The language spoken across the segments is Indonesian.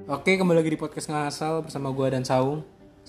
Oke, kembali lagi di podcast ngasal bersama gue dan Saung.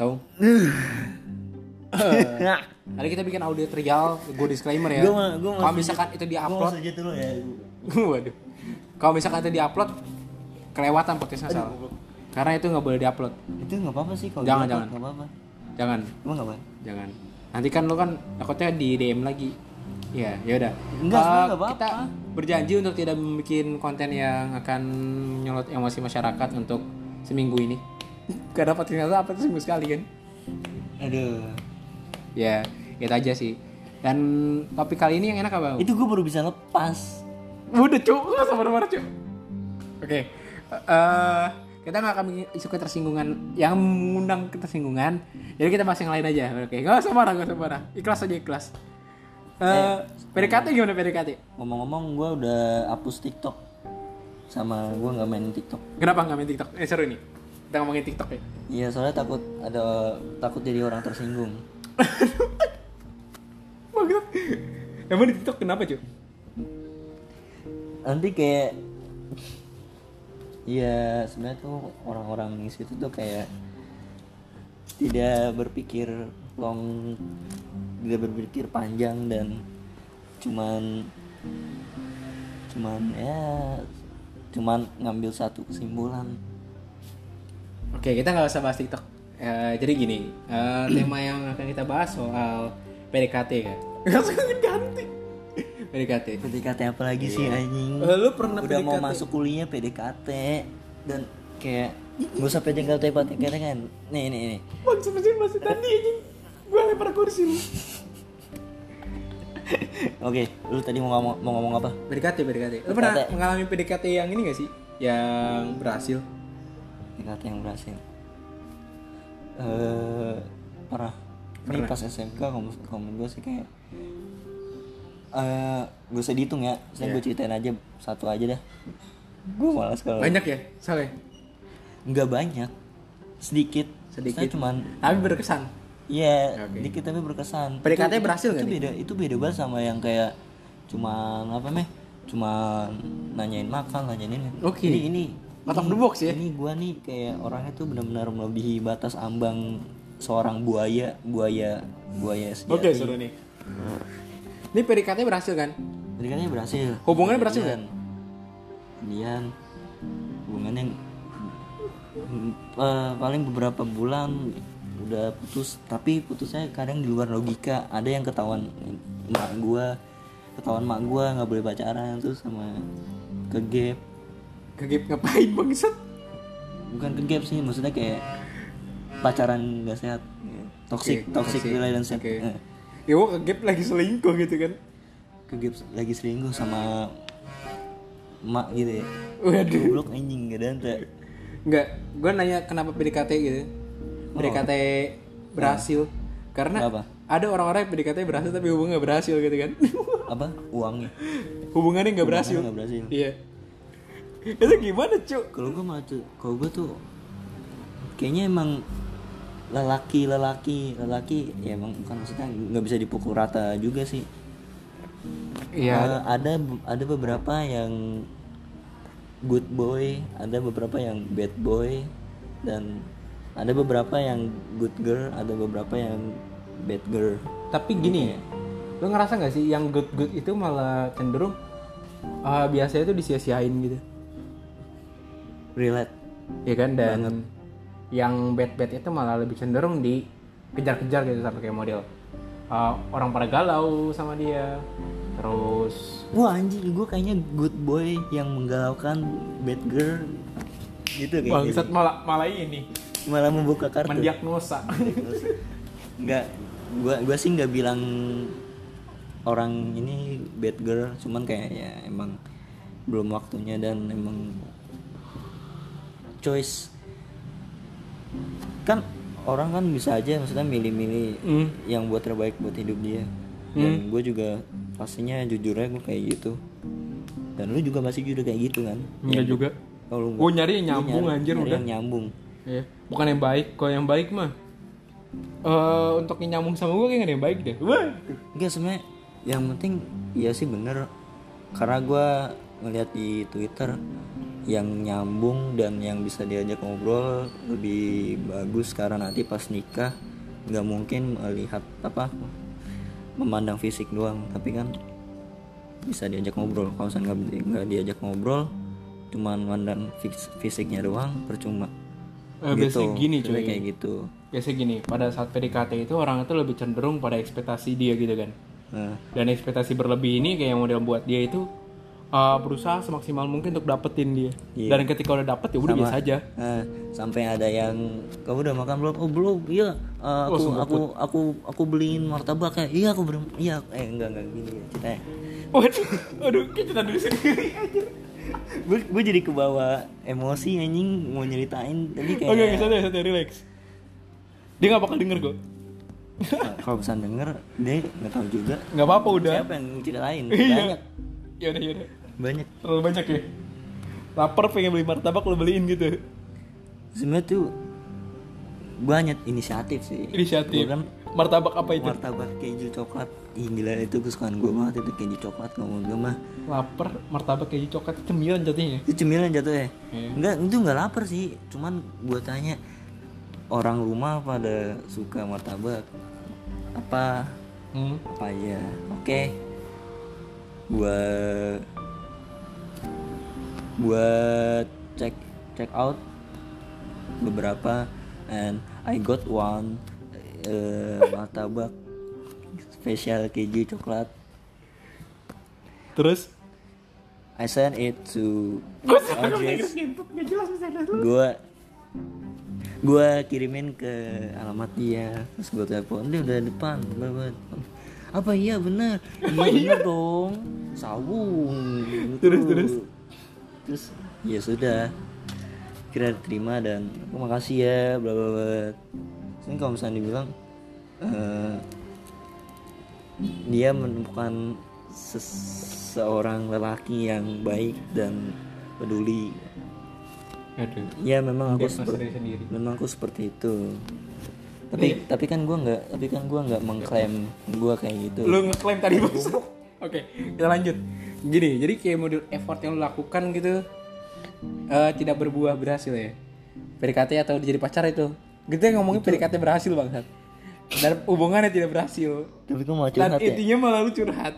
Tadi kita bikin audio trial, gue disclaimer ya. Kalau misalkan itu diupload, dulu ya. waduh. Kalau misalkan itu diupload, kelewatan podcast ngasal. Karena itu nggak boleh diupload. Itu nggak apa-apa sih kalau Jangan. nggak apa-apa. Jangan. Emang nggak apa? Jangan. Nanti kan lo kan takutnya di DM lagi. Ya udah. Enggak, sebenarnya nggak apa-apa. Kita berjanji untuk tidak membuat konten yang akan menyolot emosi masyarakat untuk seminggu ini. Karena podcast ngasal apa tuh seminggu sekali kan? Aduh. Ya, itu aja sih. Dan topik kali ini yang enak apa? Itu gue baru bisa lepas. Udah cuk, gak sabar-sabar cuk. Oke, kita gak akan isu ketersinggungan yang mengundang ketersinggungan. Jadi kita bahas yang lain aja. Oke, gak usah marah. Ikhlas aja, ikhlas. PDKT gimana PDKT? Ngomong-ngomong gue udah hapus TikTok. Sama gue nggak main TikTok. Kenapa gak main TikTok? Seru nih. Kita ngomongin TikTok ya. Iya, soalnya takut jadi orang tersinggung. Bagus. Emang di TikTok kenapa cuy? Nanti kayak ya sebenarnya tuh orang-orang di situ tuh kayak tidak berpikir panjang dan cuman ngambil satu kesimpulan. Oke, kita nggak usah bahas TikTok. Jadi gini, tema yang akan kita bahas soal PDKT kan. Langsung ganti. PDKT apa lagi sih anjing? Lu pernah udah PDKT? mau masuk kuliah PDKT dan kayak gak usah PDKT kan. Nih. Bang, sebenarnya masih tadi anjing. Gua lempar kursi lu. Oke, lu tadi mau ngomong apa? PDKT. Lu pernah mengalami PDKT yang ini gak sih? Yang berhasil? PDKT yang berhasil. Pernah. Ini pas SMK komen gue sih kayak gak usah dihitung ya. Saya gue ceritain aja satu aja dah. Gue malas kalau Banyak ya? Soalnya? Nggak banyak, sedikit. Saya cuman tapi berkesan. Iya, Oke. dikit tapi berkesan. PDKT berhasil nggak nih? Itu beda banget sama yang kayak cuman nanyain makan, nanyain ini. Oke. Ini Out of the box ya? Ini gua nih kayak orangnya tuh benar-benar melebihi batas ambang seorang buaya sejati. Oke, seru nih. Ini PDKT berhasil kan? PDKT berhasil. Hubungannya berhasil nggak? Kemudian hubungannya paling beberapa bulan udah putus, tapi putusnya kadang di luar logika. Ada yang ketahuan mak gua nggak boleh pacaran tuh sama ke Kegep ngapain bangsat? bukan ke sih, maksudnya kayak pacaran nggak sehat, toxic relationship. Okay. Ya gua kegep lagi selingkuh gitu kan? Ke lagi selingkuh sama mak gitu ya. Waduh. Goblok anjing, gak ada. Enggak, gue nanya kenapa PDKT gitu. PDKT berhasil. Karena Kenapa? ada orang-orang yang PDKT berhasil tapi hubungannya gak berhasil gitu kan. Apa? Uangnya. Hubungannya gak berhasil. Nggak berhasil. Iya. Itu gimana cu? Kalau gue tuh kayaknya emang lelaki ya emang bukan, maksudnya nggak bisa dipukul rata juga sih. Iya. Ada beberapa yang good boy, ada beberapa yang bad boy, dan ada beberapa yang good girl, ada beberapa yang bad girl. Tapi gini ya, lo ngerasa gak sih yang good itu malah cenderung biasanya tuh disia-siain gitu? Relate. Iya kan, dan Banget. yang bad itu malah lebih cenderung dikejar-kejar gitu sama kayak model orang pada galau sama dia. Terus Wah anjing, gue kayaknya good boy yang menggalaukan bad girl gitu kayaknya. bangsat malah ini Malah membuka kartu. mendiagnosa. Enggak, gua sih nggak bilang orang ini bad girl, cuman kayak ya emang belum waktunya dan emang choice. Kan orang kan bisa aja maksudnya milih-milih yang buat terbaik buat hidup dia. Dan gue juga pastinya jujurnya gue kayak gitu. Dan lu juga masih jujur kayak gitu kan? Enggak juga. Oh, lu Gue nyari yang nyambung anjir nyari udah. yang nyambung. Iya. Bukan yang baik. Kalau yang baik mah untuk yang nyambung sama gue kayak gak ada yang baik deh. Wah. Enggak, sebenarnya yang penting iya sih bener. Karena gue ngeliat di Twitter yang nyambung dan yang bisa diajak ngobrol lebih bagus, karena nanti pas nikah nggak mungkin melihat memandang fisik doang, tapi kan bisa diajak ngobrol. Kalau misalnya nggak diajak ngobrol, cuman mandang fisiknya doang, percuma. Biasanya gini cuy, kayak gitu. biasanya gini, pada saat PDKT itu orang itu lebih cenderung pada ekspektasi dia gitu kan. Dan ekspektasi berlebih ini kayak model buat dia itu berusaha semaksimal mungkin untuk dapetin dia. Dan ketika udah dapet ya udah biasa aja. Sampai ada yang, kamu udah makan belum? Oh belum. Iya. Aku beliin martabak ya. Iya aku belum. Iya. Enggak gini ya ceritanya. Waduh, kita dulu sendiri aja. Gue jadi kebawa emosi anjing mau nyeritain tadi kayak. Oke, santai, relax. Dia nggak bakal denger kok. Kalau pesan denger dia nggak tahu juga. Nggak apa-apa udah. Siapa yang ceritain? Banyak. Banyak. Yaudah. Banyak. Terlalu banyak ya. Lapar pengen beli martabak lo beliin gitu. Sebenarnya tuh banyak inisiatif sih. Inisiatif. Gua kan Martabak apa itu? martabak keju coklat. Ih gila, itu kesukaan gue banget itu keju coklat. Ngomong gue mah Lapar, martabak keju coklat itu cemilan jatuhnya. itu cemilan jatuhnya. Iya. Enggak, itu enggak lapar sih. Cuman gue tanya, orang rumah pada suka martabak apa ya? Oke. Gua check out beberapa, and I got one martabak spesial keju coklat. Terus I send it to address. Gue kirimin ke alamat dia, terus gue telepon, dia udah depan. Apa iya bener? Iya bener dong, sawung gitu. Terus ya sudah, kira terima dan aku makasih ya bla bla bla. Ini kalau misalnya dibilang dia menemukan seorang lelaki yang baik dan peduli. aduh. Ya memang aku Sendiri. memang aku seperti itu. Tapi kan gue nggak mengklaim gue kayak gitu. Lu ngeklaim tadi bos. Oke, kita lanjut. Gini, jadi kayak model effort yang lu lakukan gitu tidak berbuah berhasil ya. PDKT atau jadi pacar itu. Kita ngomongin PDKT berhasil bangsat. Dan hubungannya tidak berhasil. Tapi gue mau Dan curhat ya. intinya malah lu curhat.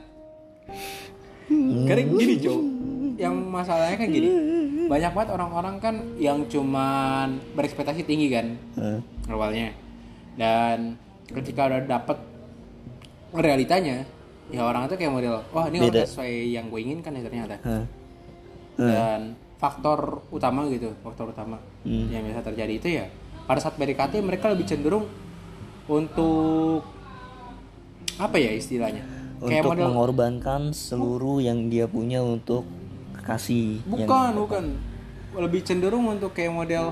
Karena gini cow, yang masalahnya kan gini, banyak banget orang-orang kan yang cuman berekspektasi tinggi kan awalnya, dan ketika udah dapet realitanya, ya orang itu kayak model, wah ini orang sesuai yang gue inginkan ya ternyata. Dan faktor utama yang biasa terjadi itu ya pada saat PDKT mereka lebih cenderung untuk apa ya istilahnya, kayak untuk model mengorbankan seluruh yang dia punya untuk kasih. Bukan. Lebih cenderung untuk kayak model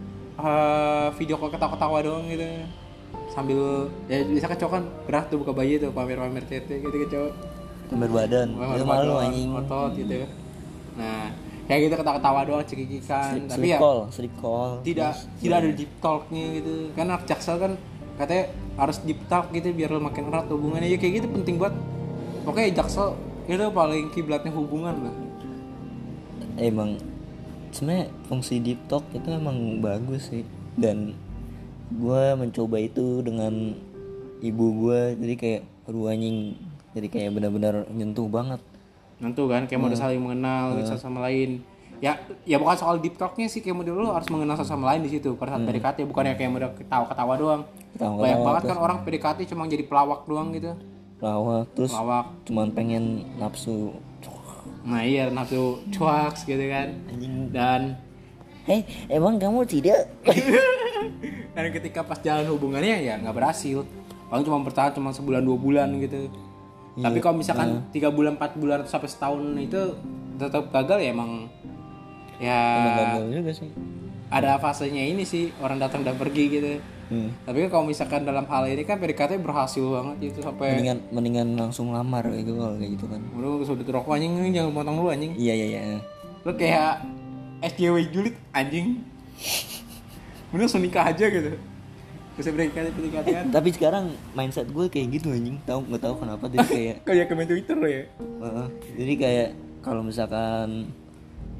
video call ketawa-ketawa doang gitu. Sambil ya bisa kan cowok kan berat tuh buka bayi tuh pamer-pamer tete gitu ke cowok. Pamer badan. Ya malu anjing. Otot gitu. Nah, kayak gitu ketawa-ketawa doang cekikikan. Tapi ya sleep call. Tidak ada deep talk-nya gitu. Kan anak Jaksel kan katanya harus deep talk gitu biar lo makin erat hubungannya, ya kayak gitu penting banget. Pokoknya Jaksel itu paling kiblatnya hubungan lah. Emang sebenarnya fungsi deep talk itu emang bagus sih, dan gue mencoba itu dengan ibu gue, jadi kayak aduh anjing, jadi kayak benar-benar nyentuh banget. Nyentuh kan, kayak model saling mengenal satu sama lain. Ya bukan soal deep talknya sih, kayak model lo harus mengenal satu sama lain di situ pada saat PDKT, bukannya kayak model ketawa-ketawa doang. Banyak banget kan orang PDKT cuma jadi pelawak doang gitu. Terus cuman pengen nafsu. Nah iya, nafsu cuaks gitu kan. Dan emang kamu tidak? Dan ketika pas jalan hubungannya ya nggak berhasil, paling cuma bertahan cuma sebulan 2 bulan gitu. Tapi kalau misalkan 3 bulan 4 bulan sampai setahun itu tetap gagal, ya emang ya gagal juga sih. Ada fasenya ini sih, orang datang dan pergi gitu. Tapi kan kalau misalkan dalam hal ini kan PDKT berhasil banget gitu sampai mendingan langsung lamar kayak gitu, kalau kayak gitu kan. Lu sudut rokok anjing, jangan potong dulu anjing. Iya. Lu kayak SJW julid anjing. Bener langsung nikah aja gitu. Bisa PDKT-an. Tapi sekarang mindset gue kayak gitu anjing, nggak tahu kenapa, jadi kayak kayak komen Twitter lo ya. Jadi kayak kalau misalkan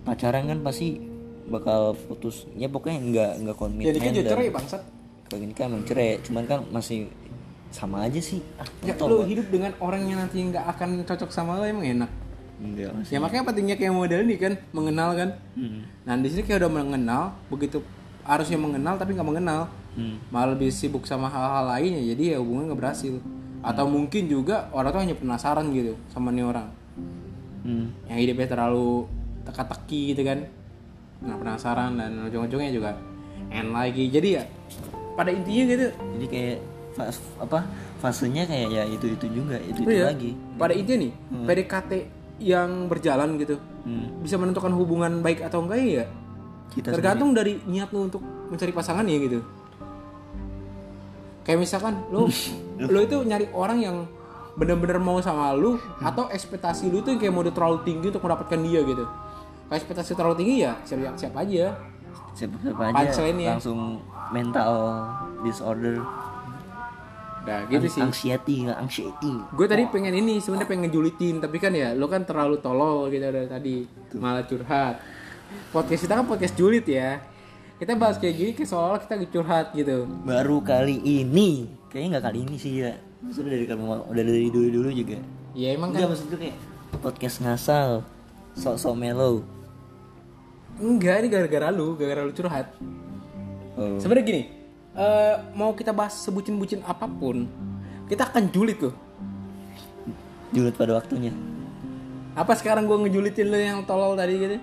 pacaran kan pasti bakal putus. Ya pokoknya nggak komitmen. Jadi kan juga cerai bangsat. Kalau ini kan emang cerai, cuman kan masih sama aja sih. Ya lu hidup dengan orang yang nanti nggak akan cocok sama lo emang enak. Enggak Ya makanya pentingnya kayak model ini kan, mengenal kan. Nah di sini kayak udah mengenal, begitu harusnya mengenal tapi nggak mengenal, malah lebih sibuk sama hal-hal lainnya, jadi ya hubungan nggak berhasil. Atau mungkin juga orang tuh hanya penasaran gitu sama nih orang, yang hidupnya terlalu teka-teki gitu kan, nah penasaran dan ujung-ujungnya juga end lagi. Jadi ya pada intinya gitu. Jadi kayak fasenya kayak ya itu juga itu Iya. lagi. Pada intinya nih, PDKT yang berjalan gitu bisa menentukan hubungan baik atau enggak ya. Kita Tergantung dari niat lu untuk mencari pasangan ya gitu. Kayak misalkan lu itu nyari orang yang benar-benar mau sama lu, atau ekspektasi lu tuh kayak mode terlalu tinggi untuk mendapatkan dia gitu. Kalau ekspektasi terlalu tinggi ya siap aja. siapa aja Punchline-nya. langsung mental disorder. Nah gitu sih. Anxiety. Gue tadi pengen ini sebenarnya pengen ngejulitin, tapi kan ya lo kan terlalu tolol gitu dari tadi, malah curhat. Podcast kita kan podcast julid ya. Kita bahas kayak gini kayak seolah-olah kita curhat gitu. Baru kali ini, kayaknya nggak kali ini sih ya. Sudah dari dulu juga. Ya emang Enggak, kan. maksud gue kayak podcast ngasal, sok-sok mellow. Enggak, ini gara-gara lu curhat. Oh. Sebenarnya gini, mau kita bahas sebucin-bucin apapun, kita akan julid loh. Julid pada waktunya. Apa sekarang gue ngejulitin lo yang tolol tadi gitu?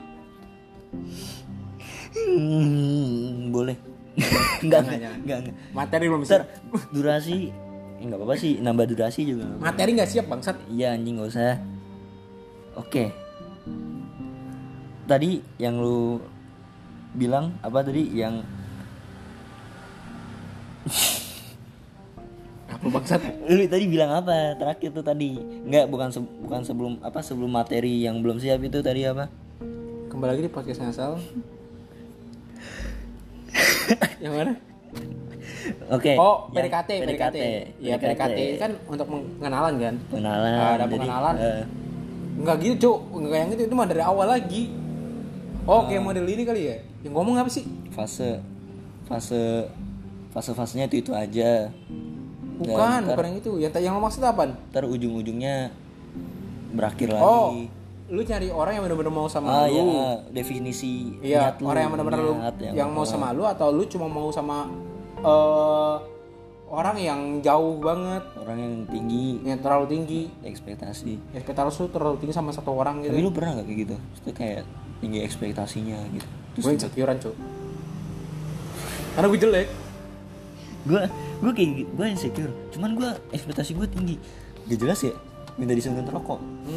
Boleh. Jangan. Enggak. Materi belum Ntar siap. durasi enggak apa-apa sih, nambah durasi juga. Materi nggak siap bangsat. Iya anjing, enggak usah. Oke. Tadi yang lu bilang apa tadi yang Apa bangsat? lu tadi bilang apa terakhir tuh tadi? Enggak, bukan sebelum materi yang belum siap itu tadi apa? Kembali lagi di podcast ngasal. Yang mana? Oke. Oh, yang PDKT. Ya PDKT kan untuk mengenalan kan. Pengenalan. Ada jadi, pengenalan. Enggak gitu, Cuk. Enggak yang itu mah dari awal lagi. Oh, kayak model ini kali ya. Yang ngomong apa sih? Fasenya itu aja. Bukan yang itu. Yang lo maksud apa? Ntar ujung-ujungnya berakhir lagi. Oh, lu cari orang yang benar-benar mau sama lu. Ya, definisi Iya, niat lu, orang yang benar-benar lu niat yang mau sama lu, atau lu cuma mau sama orang yang jauh banget, orang yang tinggi yang terlalu tinggi. ekspektasi. Ekspektasi lu terlalu tinggi sama satu orang gitu. Tapi lu pernah gak kayak gitu? Maksudnya kayak tinggi ekspektasinya gitu. Gue insecurean, Cuk. Karena gue jelek. Gue insecure. Cuman gue ekspektasi gue tinggi. Gak jelas ya? Minta disengkin rokok.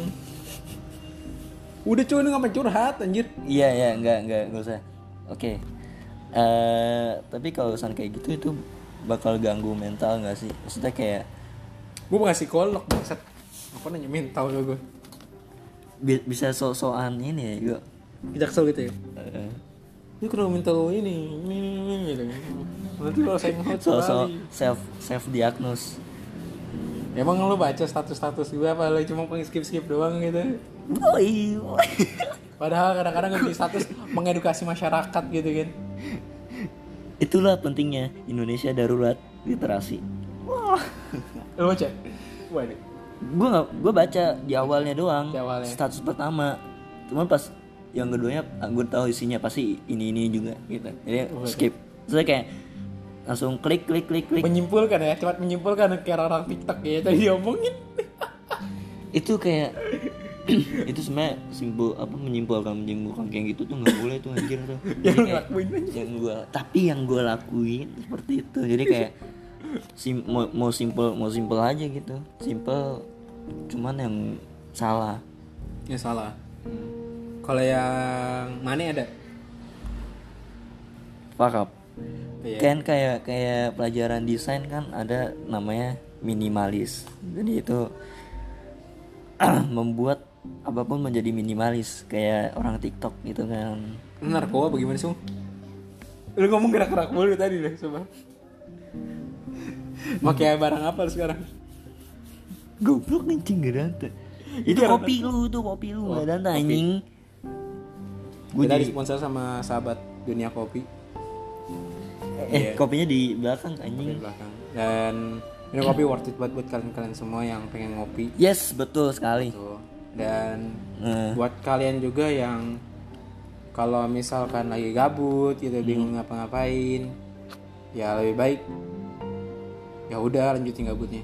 Udah cuy, lu ngapain curhat anjir? Iya, enggak usah. Oke. Tapi kalau urusan kayak gitu itu bakal ganggu mental enggak sih? Maksudnya kayak Gue bukan psikolog, bangsat. Apa nanya mental gue? bisa sok-sokan ini ya, gue. Jaksel gitu ya. Lu kenapa mental ini gitu. Nanti kalau saya nge-hot So self diagnose. Emang lu baca status gue apa lu cuma pengen skip doang gitu? Woi. Padahal kadang-kadang gue bikin status mengedukasi masyarakat gitu kan. Itulah pentingnya Indonesia darurat literasi. Wah. Lu baca? Waduh. Gue baca di awalnya doang. Di awalnya. Status pertama. Cuman pas yang keduanya gue tahu isinya pasti ini juga gitu. Jadi skip. Terus kayak langsung klik. Menyimpulkan ya, cepat menyimpulkan kayak orang TikTok ya tadi diomongin. Itu kayak itu sebenarnya menyimpulkan kayak gitu tuh nggak boleh tuh anjir tuh. Yang Jadi lakuin aja. yang gue lakuin seperti itu. Jadi kayak mau simple aja gitu. Simple cuman yang salah. Ya salah. Kalau yang mana ada? Fuck up. Iya. Kan kayak pelajaran desain kan ada namanya minimalis. Jadi itu membuat apapun menjadi minimalis kayak orang TikTok gitu kan. Narkoba bagaimana sih? Lu ngomong gerak-gerak mulu tadi deh, coba. Pakai barang apa lu sekarang? Goblok anjing, gak danta. Itu kopi lu enggak danta anjing. Kita disponsor sama sahabat Dunia Kopi. Iya. Kopinya di belakang Di anjing. belakang. Dan ini kopi worth it buat kalian semua yang pengen ngopi. Yes, betul sekali. Tuh. Dan buat kalian juga yang kalau misalkan lagi gabut gitu, bingung ngapa-ngapain, ya lebih baik ya udah lanjutin gabutnya.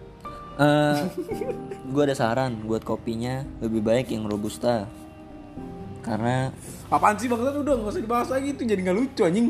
Gue ada saran buat kopinya, lebih baik yang robusta. Karena Apaan sih bangsat, udah nggak usah dibahas lagi, itu jadi nggak lucu anjing.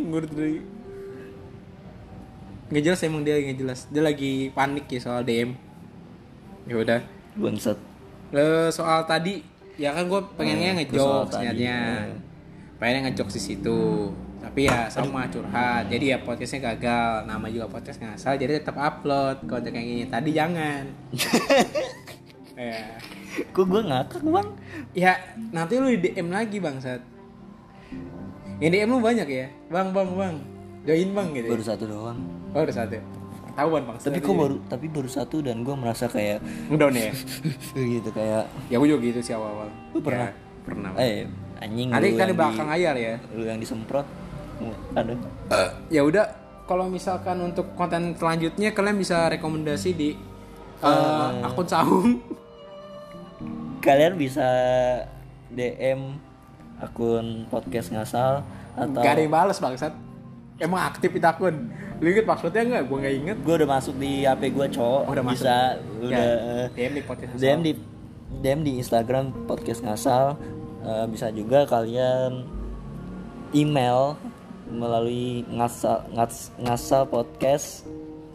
Nggak jelas, emang dia nggak jelas, dia lagi panik ya soal DM. Ya udah. bangsat. Soal tadi ya kan gue pengennya ngejokes niatnya, pengennya ngejokes di situ, tapi ya sama curhat, jadi ya podcastnya gagal, nama juga podcast ngasal, jadi tetap upload konten kayak gini. Tadi jangan. Ya. Kok gue ngakak bang? Ya nanti lu di DM lagi bangsat. Yang DM lu banyak ya, bang join bang gitu. Baru satu doang. Oh udah satu. Ketahuan bang. Tapi baru satu dan gue merasa kayak down ya. gitu kayak. Ya gue juga gitu sih awal-awal. Lu pernah? Ya, pernah. Anjing. Nanti lu kan di yang belakang ayar ya. Lu yang disemprot. Ada. Ya udah, kalau misalkan untuk konten selanjutnya kalian bisa rekomendasi di akun Saung. Kalian bisa DM akun podcast ngasal atau Gak ada yang balas bangsat. Emang aktif itu akun. Lu inget maksudnya nggak? Gue nggak inget. gue udah masuk di HP gue cowok. Udah masuk. Bisa Ya, udah DM di podcast. DM di Instagram podcast ngasal. Bisa juga kalian email melalui ngasal podcast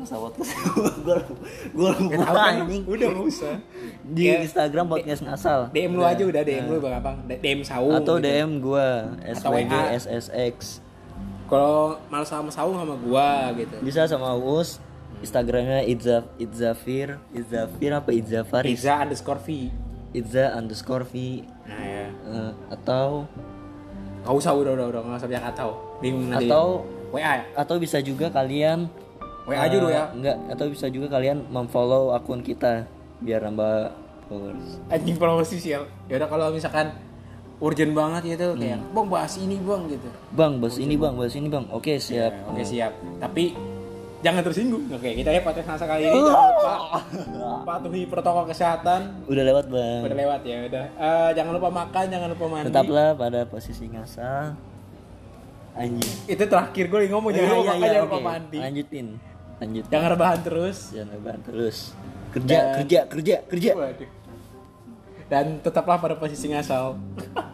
gue lupa anjing. Udah nggak usah. Di Ya, Instagram podcast ngasal. DM lu aja udah, DM lu bang apa? DM Saung. Atau gitu. DM gue Atau WA. SWGSSX. Kalau malah sama Saung sama gua gitu. Bisa sama Uus. Instagramnya Itzafir apa Itzafaris? Iza_V. Itza_V. Nah ya. Atau Gak usah, udah nggak usah banyak atau. Bingung nanti. atau WA ya? atau bisa juga kalian WA aja dulu ya. Enggak, atau bisa juga kalian memfollow akun kita biar nambah followers. Anjing promosi sih ya. Ya udah kalau misalkan urgent banget gitu kayak bang bahas ini bang gitu. Bang, bahas ini bang. Oke, siap. Ya, oke siap. Tapi jangan tersinggung. Oke, kita ya podcast nasa kali ini jangan lupa patuhi protokol kesehatan. Udah lewat, Bang. Udah lewat ya, udah. Jangan lupa makan, jangan lupa mandi. Tetaplah pada posisi ngasal. Anjing. Itu terakhir gue ngomong jangan lupa makan, jangan lupa oke. mandi. Lanjut. Jangan rebahan terus. Jangan rebahan terus. Kerja. Waduh. Dan tetaplah pada posisi ngasal.